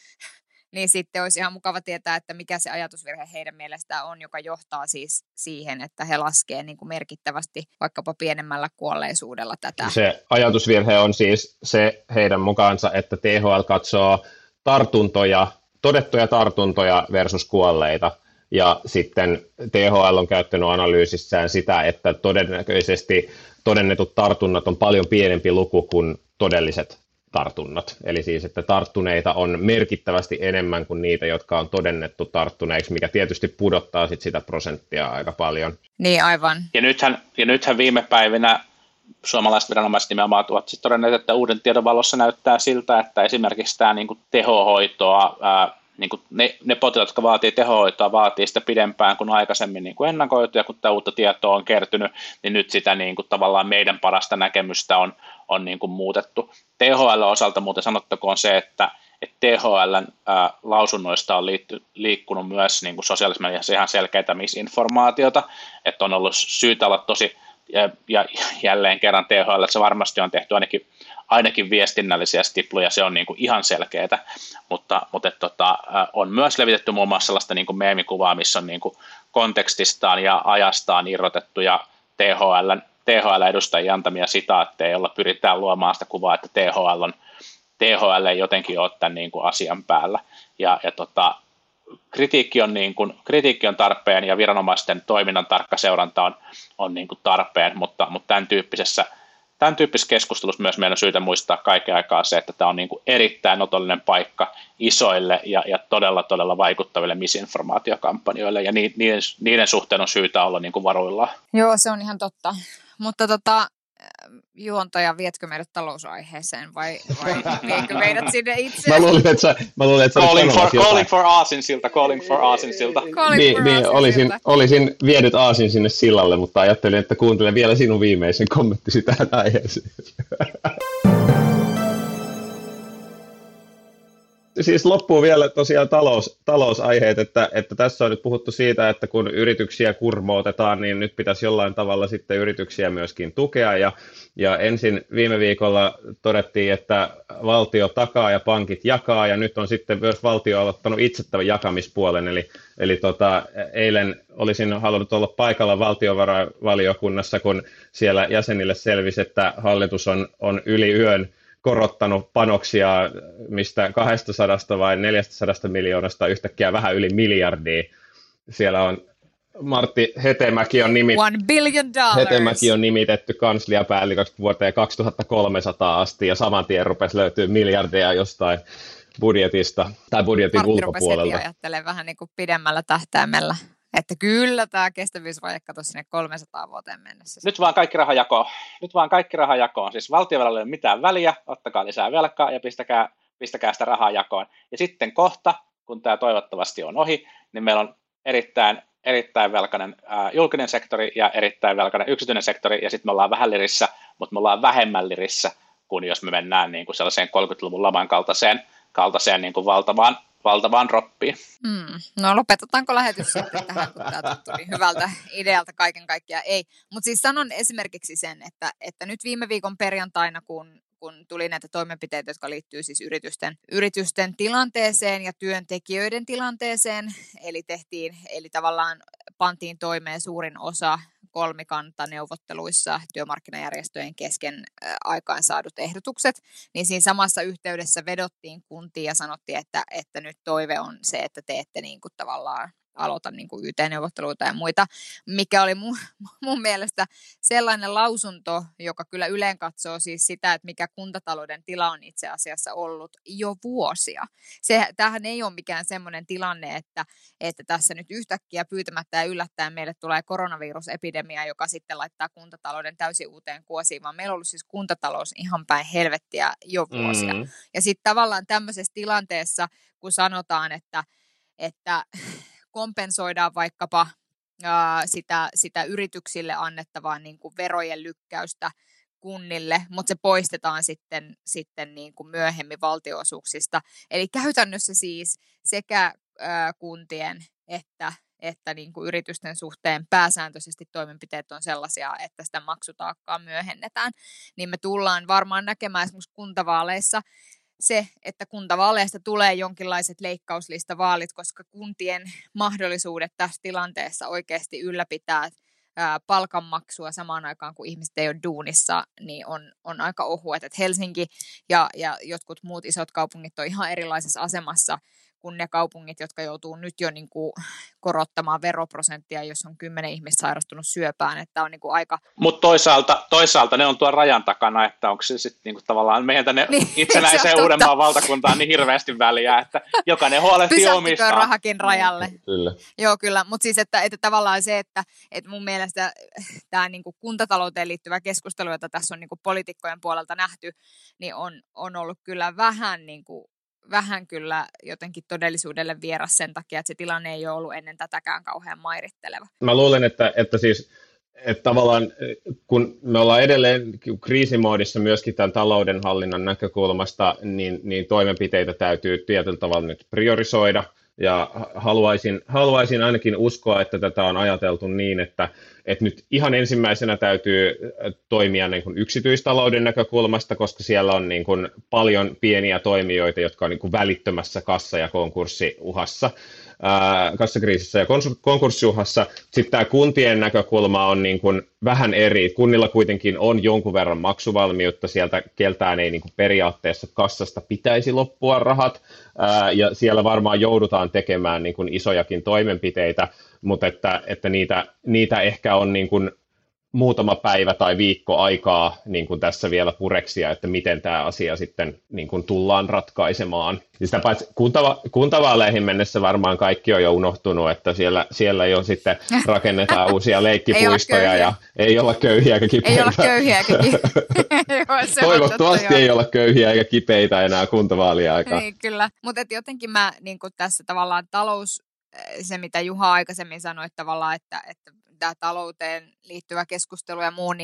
niin sitten olisi ihan mukava tietää, että mikä se ajatusvirhe heidän mielestään on, joka johtaa siis siihen, että he laskee niin kuin merkittävästi vaikkapa pienemmällä kuolleisuudella tätä. Se ajatusvirhe on siis se heidän mukaansa, että T H L katsoo tartuntoja, todettuja tartuntoja versus kuolleita, ja sitten T H L on käyttänyt analyysissään sitä, että todennäköisesti todennetut tartunnat on paljon pienempi luku kuin todelliset tartunnat. Eli siis, että tarttuneita on merkittävästi enemmän kuin niitä, jotka on todennettu tarttuneiksi, mikä tietysti pudottaa sit sitä prosenttia aika paljon. Niin, aivan. Ja nythän, ja nythän viime päivinä suomalaiset viranomaiset nimenomaan ovat siis todenneet, että uuden tiedon valossa näyttää siltä, että esimerkiksi tämä niin kuin tehohoitoa, ää, niin kuin ne, ne potilaat, jotka vaatii tehohoitoa, vaatii sitä pidempään kuin aikaisemmin niin kuin ennakoitu, ja kun tämä uutta tietoa on kertynyt, niin nyt sitä niin kuin tavallaan meidän parasta näkemystä on, on niin kuin muutettu. T H L osalta muuten sanottakoon se, että, että T H L:n ää, lausunnoista on liitty, liikkunut myös niin kuin sosiaalisessa mediassa ihan selkeitä misinformaatiota, että on ollut syytä olla tosi, ja, ja jälleen kerran T H L, se varmasti on tehty ainakin, ainakin viestinnällisiä stipluja, se on niin kuin ihan selkeää, mutta, mutta et, tota, on myös levitetty muun muassa sellaista niin kuin meemikuvaa, missä on niin kuin kontekstistaan ja ajastaan irrotettuja T H L:n T H L-edustajien antamia sitaatteja, joilla pyritään luomaan sitä kuvaa, että T H L, on, T H L ei jotenkin ole tämän niin kuin asian päällä. Ja, ja tota, kritiikki, on niin kuin, kritiikki on tarpeen ja viranomaisten toiminnan tarkka seuranta on, on niin kuin tarpeen, mutta, mutta tämän, tyyppisessä, tämän tyyppisessä keskustelussa myös meidän on syytä muistaa kaiken aikaa se, että tämä on niin kuin erittäin otollinen paikka isoille ja, ja todella, todella vaikuttaville misinformaatiokampanjoille, ja niiden, niiden suhteen on syytä olla niin kuin varuillaan. Joo, se on ihan totta. Mutta tota, juontaja, vietkö meidät talousaiheeseen vai, vai viekö meidät sinne itse? Mä luulin, että sä, mä luulin, että calling, for, calling for Aasinsilta, calling for Aasinsilta. Niin, niin olisin, olisin vienyt Aasin sinne sillalle, mutta ajattelin, että kuuntelen vielä sinun viimeisen kommenttisi tähän aiheeseen. Siis loppuu vielä tosiaan talous, talousaiheet, että, että tässä on nyt puhuttu siitä, että kun yrityksiä kurmootetaan, niin nyt pitäisi jollain tavalla sitten yrityksiä myöskin tukea. Ja, ja ensin viime viikolla todettiin, että valtio takaa ja pankit jakaa, ja nyt on sitten myös valtio aloittanut itse tämän jakamispuolen. Eli, eli tota, eilen olisin halunnut olla paikalla valtiovarainvaliokunnassa, kun siellä jäsenille selvisi, että hallitus on, on yli yön korottanut panoksia, mistä kaksisataa vai neljäsataa miljoonasta yhtäkkiä vähän yli miljardia. Siellä on Martti Hetemäki on, nimit... One billion dollars. Hetemäki on nimitetty kansliapäälliköksi vuoteen kaksituhattakolmesataa asti, ja saman tien rupesi löytyä miljardeja jostain budjetista tai budjetin Martti ulkopuolelta. Martti rupesi ajattelemaan vähän niin kuin pidemmällä tähtäimellä, että kyllä tämä kestävyysvaje katsoi sinne kolmesataa vuoteen mennessä. Nyt vaan kaikki raha jakoon. Nyt vaan kaikki raha jakoon. Siis valtiovelalla ei ole mitään väliä, ottakaa lisää velkaa ja pistäkää, pistäkää sitä rahaa jakoon. Ja sitten kohta, kun tämä toivottavasti on ohi, niin meillä on erittäin, erittäin velkainen ää, julkinen sektori ja erittäin velkainen yksityinen sektori, ja sitten me ollaan vähän lirissä, mutta me ollaan vähemmän lirissä kuin jos me mennään niin kuin sellaiseen kolmekymmentäluvun laman kaltaiseen, kaltaiseen niin kuin valtavaan, valtavaan droppiin. Hmm. No lopetetaanko lähetys sitten tähän, kun tämä tuli hyvältä idealta kaiken kaikkiaan? Ei, mutta siis sanon esimerkiksi sen, että, että nyt viime viikon perjantaina, kun, kun tuli näitä toimenpiteitä, jotka liittyy siis yritysten, yritysten tilanteeseen ja työntekijöiden tilanteeseen, eli tehtiin, eli tavallaan pantiin toimeen suurin osa kolmikantaneuvotteluissa työmarkkinajärjestöjen kesken aikaan saadut ehdotukset, niin siinä samassa yhteydessä vedottiin kuntiin ja sanottiin, että, että nyt toive on se, että te ette niin kuin tavallaan aloita niin kuin Y T-neuvotteluita ja muita, mikä oli mun, mun mielestä sellainen lausunto, joka kyllä yleen katsoo siis sitä, että mikä kuntatalouden tila on itse asiassa ollut jo vuosia. Se, tämähän ei ole mikään semmoinen tilanne, että, että tässä nyt yhtäkkiä pyytämättä ja yllättäen meille tulee koronavirusepidemia, joka sitten laittaa kuntatalouden täysin uuteen kuosiin, vaan meillä on ollut siis kuntatalous ihan päin helvettiä jo vuosia. Mm. Ja sitten tavallaan tämmöisessä tilanteessa, kun sanotaan, että, että kompensoidaan vaikkapa ää, sitä, sitä yrityksille annettavaa niin kuin verojen lykkäystä kunnille, mutta se poistetaan sitten, sitten niin kuin myöhemmin valtionosuuksista. Eli käytännössä siis sekä ää, kuntien että, että niin kuin yritysten suhteen pääsääntöisesti toimenpiteet on sellaisia, että sitä maksutaakkaa myöhennetään. Niin me tullaan varmaan näkemään esimerkiksi kuntavaaleissa se, että kuntavaaleista tulee jonkinlaiset leikkauslistavaalit, koska kuntien mahdollisuudet tässä tilanteessa oikeasti ylläpitää ää, palkanmaksua samaan aikaan, kun ihmiset ei ole duunissa, niin on, on aika ohuet. Et Helsinki ja, ja jotkut muut isot kaupungit on ihan erilaisessa asemassa kuin ne kaupungit, jotka joutuu nyt jo niin kuin korottamaan veroprosenttia, jos on kymmenen ihmistä sairastunut syöpään, että on niin kuin aika... Mutta toisaalta, toisaalta ne on tuon rajan takana, että onko se sitten niin kuin tavallaan meidän tänne niin, itsenäiseen Uudenmaan valtakuntaan niin hirveästi väliä, että jokainen huolehtii omistaan. Pysähtykö rahakin rajalle. Kyllä. Joo, kyllä, mutta siis että, että tavallaan se, että, että mun mielestä tämä niin kuin kuntatalouteen liittyvä keskustelu, jota tässä on niin kuin poliitikkojen puolelta nähty, niin on, on ollut kyllä vähän niin kuin vähän kyllä jotenkin todellisuudelle vieras sen takia, että se tilanne ei ole ollut ennen tätäkään kauhean mairitteleva. Mä luulen, että, että siis että tavallaan kun me ollaan edelleen kriisimoodissa myöskin tämän taloudenhallinnan näkökulmasta, niin, niin toimenpiteitä täytyy tietyllä tavalla nyt priorisoida. Ja haluaisin, haluaisin ainakin uskoa, että tätä on ajateltu niin, että, että nyt ihan ensimmäisenä täytyy toimia niin kuin yksityistalouden näkökulmasta, koska siellä on niin kuin paljon pieniä toimijoita, jotka on niin kuin välittömässä kassa- ja konkurssiuhassa, ää, kassakriisissä ja konkurssiuhassa. Sitten tämä kuntien näkökulma on niin kuin vähän eri. Kunnilla kuitenkin on jonkun verran maksuvalmiutta, sieltä keltään ei niin kuin periaatteessa kassasta pitäisi loppua rahat, ää, ja siellä varmaan joudutaan tekemään niin kuin isojakin toimenpiteitä, mutta että, että niitä, niitä ehkä on niin kuin muutama päivä tai viikko aikaa niin kuin tässä vielä pureksia, että miten tämä asia sitten niin kuin tullaan ratkaisemaan. Sitä paitsi kuntava, kuntavaaleihin mennessä varmaan kaikki on jo unohtunut, että siellä, siellä jo sitten rakennetaan uusia leikkipuistoja ei ja ei olla köyhiä eikä kipeitä. Ei olla köyhiä eikä kipeitä. Toivottavasti ei olla köyhiä eikä kipeitä enää kuntavaalien aikaa. Niin, kyllä, mutta jotenkin mä niin kuin tässä tavallaan talous, se mitä Juha aikaisemmin sanoi, että tavallaan, että, että tämä talouteen liittyvä keskustelu ja muu, niin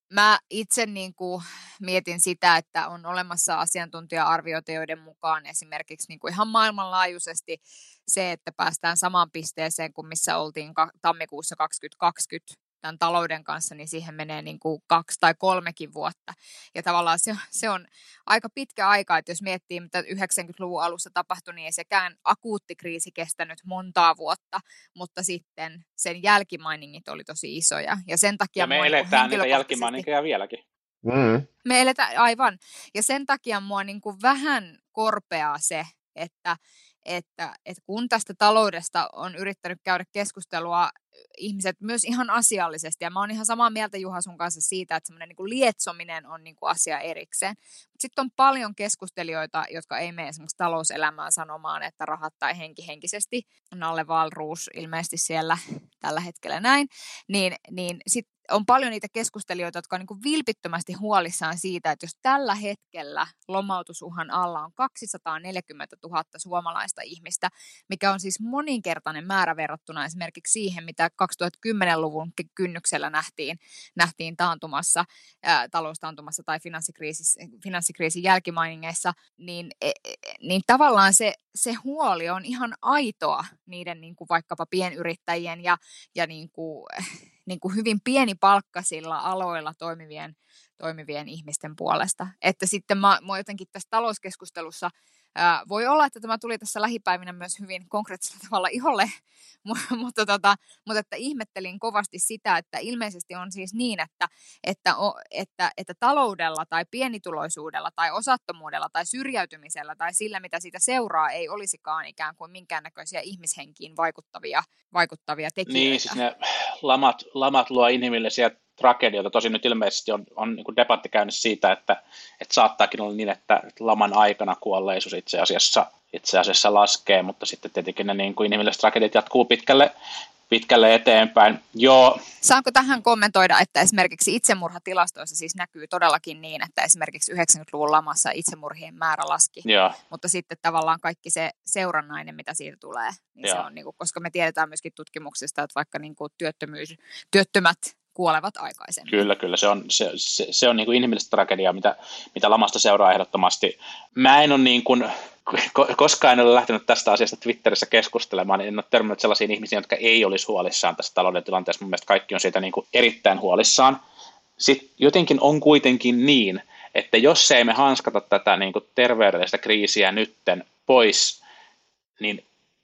Mä itse niin kuin mietin sitä, että on olemassa asiantuntija-arvioita, joiden mukaan esimerkiksi niin kuin ihan maailmanlaajuisesti se, että päästään samaan pisteeseen kuin missä oltiin tammikuussa kaksituhattakaksikymmentä tämän talouden kanssa, niin siihen menee niin kuin kaksi tai kolmekin vuotta. Ja tavallaan se, se on aika pitkä aika, että jos miettii, mitä yhdeksänkymmentäluvun alussa tapahtui, niin ei sekään akuutti kriisi kestänyt montaa vuotta, mutta sitten sen jälkimainingit oli tosi isoja. Ja sen takia ja me eletään niitä jälkimaininkeja vieläkin. Mm. Me eletään, aivan. Ja sen takia mua niin kuin vähän korpeaa se, että Että, että kun tästä taloudesta on yrittänyt käydä keskustelua ihmiset myös ihan asiallisesti, ja mä oon ihan samaa mieltä Juha sun kanssa siitä, että semmoinen niin kuin lietsominen on niin kuin asia erikseen. Sitten on paljon keskustelijoita, jotka ei mene esimerkiksi talouselämään sanomaan, että rahat tai henki henkisesti, Nalle Wahlroos ilmeisesti siellä tällä hetkellä näin, niin, niin sitten on paljon niitä keskustelijoita, jotka on niin kuin vilpittömästi huolissaan siitä, että jos tällä hetkellä lomautusuhan alla on kaksisataaneljäkymmentätuhatta suomalaista ihmistä, mikä on siis moninkertainen määrä verrattuna esimerkiksi siihen, mitä kaksituhattakymmenluvun kynnyksellä nähtiin, nähtiin taantumassa, ää, taloustaantumassa tai finanssikriisin jälkimainingeissa, niin, e, niin tavallaan se, se huoli on ihan aitoa niiden niin kuin vaikkapa pienyrittäjien ja, ja niin kuin, niin kuin hyvin pienipalkkaisilla aloilla toimivien, toimivien ihmisten puolesta. Että sitten mä, mä jotenkin tässä talouskeskustelussa, ää, voi olla, että tämä tuli tässä lähipäivinä myös hyvin konkreettisella tavalla iholle, mutta, tota, mutta että ihmettelin kovasti sitä, että ilmeisesti on siis niin, että, että, että, että taloudella tai pienituloisuudella tai osattomuudella tai syrjäytymisellä tai sillä, mitä siitä seuraa, ei olisikaan ikään kuin minkäännäköisiä ihmishenkiin vaikuttavia, vaikuttavia tekijöitä. Niin, siis ne lamat, lamat luo inhimillisiä tragedioita. Tosin nyt ilmeisesti on, on niin kuin debatti käynnissä siitä, että, että saattaakin olla niin, että laman aikana kuolleisuus itse asiassa, itse asiassa laskee, mutta sitten tietenkin ne niin kuin inhimilliset tragediat jatkuu pitkälle, pitkälle eteenpäin. Joo. Saanko tähän kommentoida, että esimerkiksi itsemurhatilastoissa siis näkyy todellakin niin, että esimerkiksi yhdeksänkymmentäluvun lamassa itsemurhien määrä laski, Joo. mutta sitten tavallaan kaikki se seurannainen, mitä siitä tulee, niin se on, niin kuin, koska me tiedetään myöskin tutkimuksista, että vaikka niin kuin työttömyys, työttömät kuolevat aikaisemmin. Kyllä, kyllä. Se on, se, se, se on niin kuin inhimillistä tragediaa, mitä, mitä lamasta seuraa ehdottomasti. Mä en ole niin kuin, koskaan en ole lähtenyt tästä asiasta Twitterissä keskustelemaan, niin en ole törmännyt sellaisiin ihmisiin, jotka ei olisi huolissaan tästä talouden tilanteesta. Mun mielestä kaikki on siitä niin kuin erittäin huolissaan. Sitten jotenkin on kuitenkin niin, että jos ei me hanskata tätä niin kuin terveydellistä kriisiä nytten pois, niin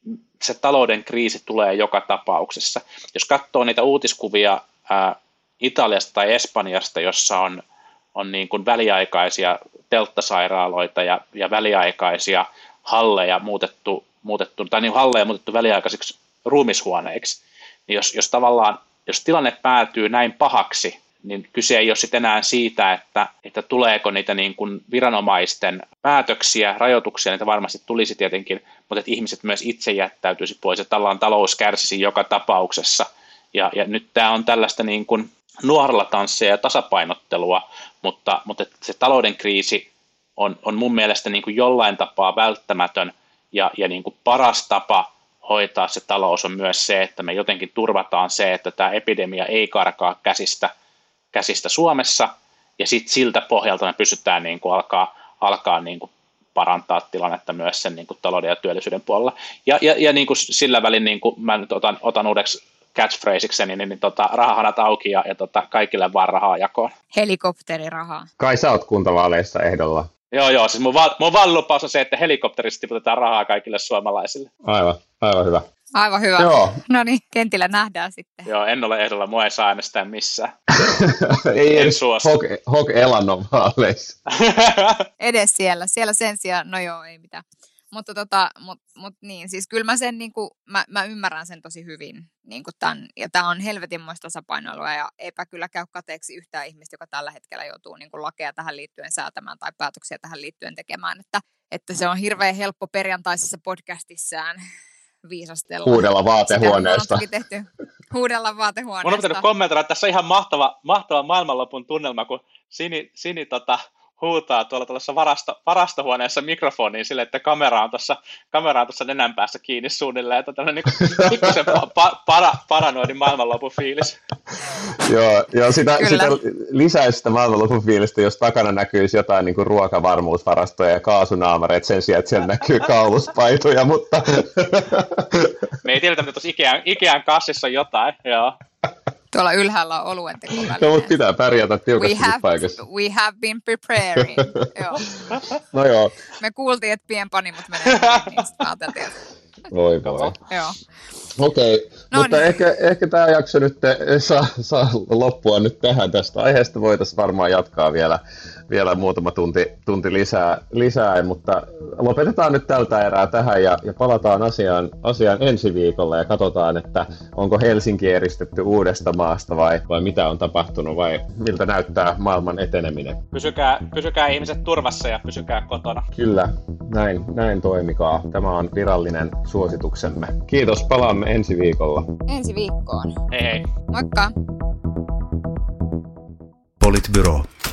se talouden kriisi tulee joka tapauksessa. Jos katsoo niitä uutiskuvia ää, Italiasta tai Espanjasta, jossa on, on niin kuin väliaikaisia telttasairaaloita ja, ja väliaikaisia halleja muutettu, muutettu tai niin halleja muutettu väliaikaisiksi ruumishuoneiksi, niin jos, jos tavallaan, jos tilanne päätyy näin pahaksi, niin kyse ei ole sitten enää siitä, että, että tuleeko niitä niin kuin viranomaisten päätöksiä, rajoituksia, niitä varmasti tulisi tietenkin, mutta että ihmiset myös itse jättäytyisi pois, ja tavallaan talous kärsisi joka tapauksessa. Ja, ja nyt tämä on tällaista niin kuin nuoralla tanssia ja tasapainottelua, mutta, mutta se talouden kriisi on, on mun mielestä niin kuin jollain tapaa välttämätön, ja, ja niin kuin paras tapa hoitaa se talous on myös se, että me jotenkin turvataan se, että tämä epidemia ei karkaa käsistä, käsistä Suomessa, ja sitten siltä pohjalta me pystytään niin kuin alkaa, alkaa niin kuin parantaa tilannetta myös sen niin kuin talouden ja työllisyyden puolella. Ja, ja, ja niin kuin sillä välin niin kuin mä nyt otan, otan uudeksi catchphraseiksi, niin, niin tota, rahahanat auki ja, ja tota, kaikille vaan rahaa jakoon. Helikopterirahaa. Kai sä oot kuntavaaleissa ehdolla. Joo, joo, siis mun, va- mun vaalilupaus on se, että helikopterista tiputetaan rahaa kaikille suomalaisille. Aivan, aivan hyvä. Aivan hyvä. Joo. No niin, kentillä nähdään sitten. Joo, en ole ehdolla, mua ei saa äänestää missään. Ei en edes suostu. Hok, Hok Elannon vaaleissa. Edes siellä, siellä sen sijaan, no joo, ei mitään. Mutta tota, mut, mut niin, siis kyllä mä sen niinku, mä, mä ymmärrän sen tosi hyvin, niinku tän, ja tää on helvetinmoista tasapainoilua, ja eipä kyllä käy kateeksi yhtään ihmistä, joka tällä hetkellä joutuu niinku lakeja tähän liittyen säätämään tai päätöksiä tähän liittyen tekemään, että, että se on hirveän helppo perjantaisessa podcastissään viisastella. Huudella vaatehuoneesta. Tehty. Huudella vaatehuoneesta. Mun on pitänyt kommentoida, että tässä on ihan mahtava, mahtava maailmanlopun tunnelma, kun Sini, Sini tota, huutaa tuolla tuollaisessa varasto, varastohuoneessa mikrofoniin sille, että kamera on tuossa, kamera on tuossa nenän päässä kiinni suunnilleen, että tällainen niin pikkusen pa, para, paranoidin maailmanlopun fiilis. Joo, joo sitä, sitä lisäisi sitä maailmanlopun fiilistä, jos takana näkyisi jotain niin kuin ruokavarmuusvarastoja ja kaasunaamareita sen sijaan, että siellä näkyy kauluspaitoja, mutta... Me ei tiedetä, että tuossa Ikean, Ikean kassissa on jotain, joo. Tuolla ylhäällä on oluen tekovälineet. No, mutta pitää pärjätä tiukasti paikassa. We have been preparing. Joo. No joo. Me kuultiin, että pienpanimot menee, niin sitten ajateltiin, että... Voi voi. Joo. Okei, okay. No mutta niin. ehkä, ehkä tämä jakso nyt saa, saa loppua nyt tähän tästä aiheesta. Voitaisiin varmaan jatkaa vielä, vielä muutama tunti, tunti lisää, lisää, mutta lopetetaan nyt tältä erää tähän ja, ja palataan asiaan, asiaan ensi viikolla ja katsotaan, että onko Helsinki eristetty uudesta maasta vai, vai mitä on tapahtunut vai miltä näyttää maailman eteneminen. Pysykää, pysykää ihmiset turvassa ja pysykää kotona. Kyllä, näin, näin toimikaa. Tämä on virallinen suosituksemme. Kiitos, palaamme ensi viikolla. Ensi viikkoon. Hei hei. Moikka! Politbyro.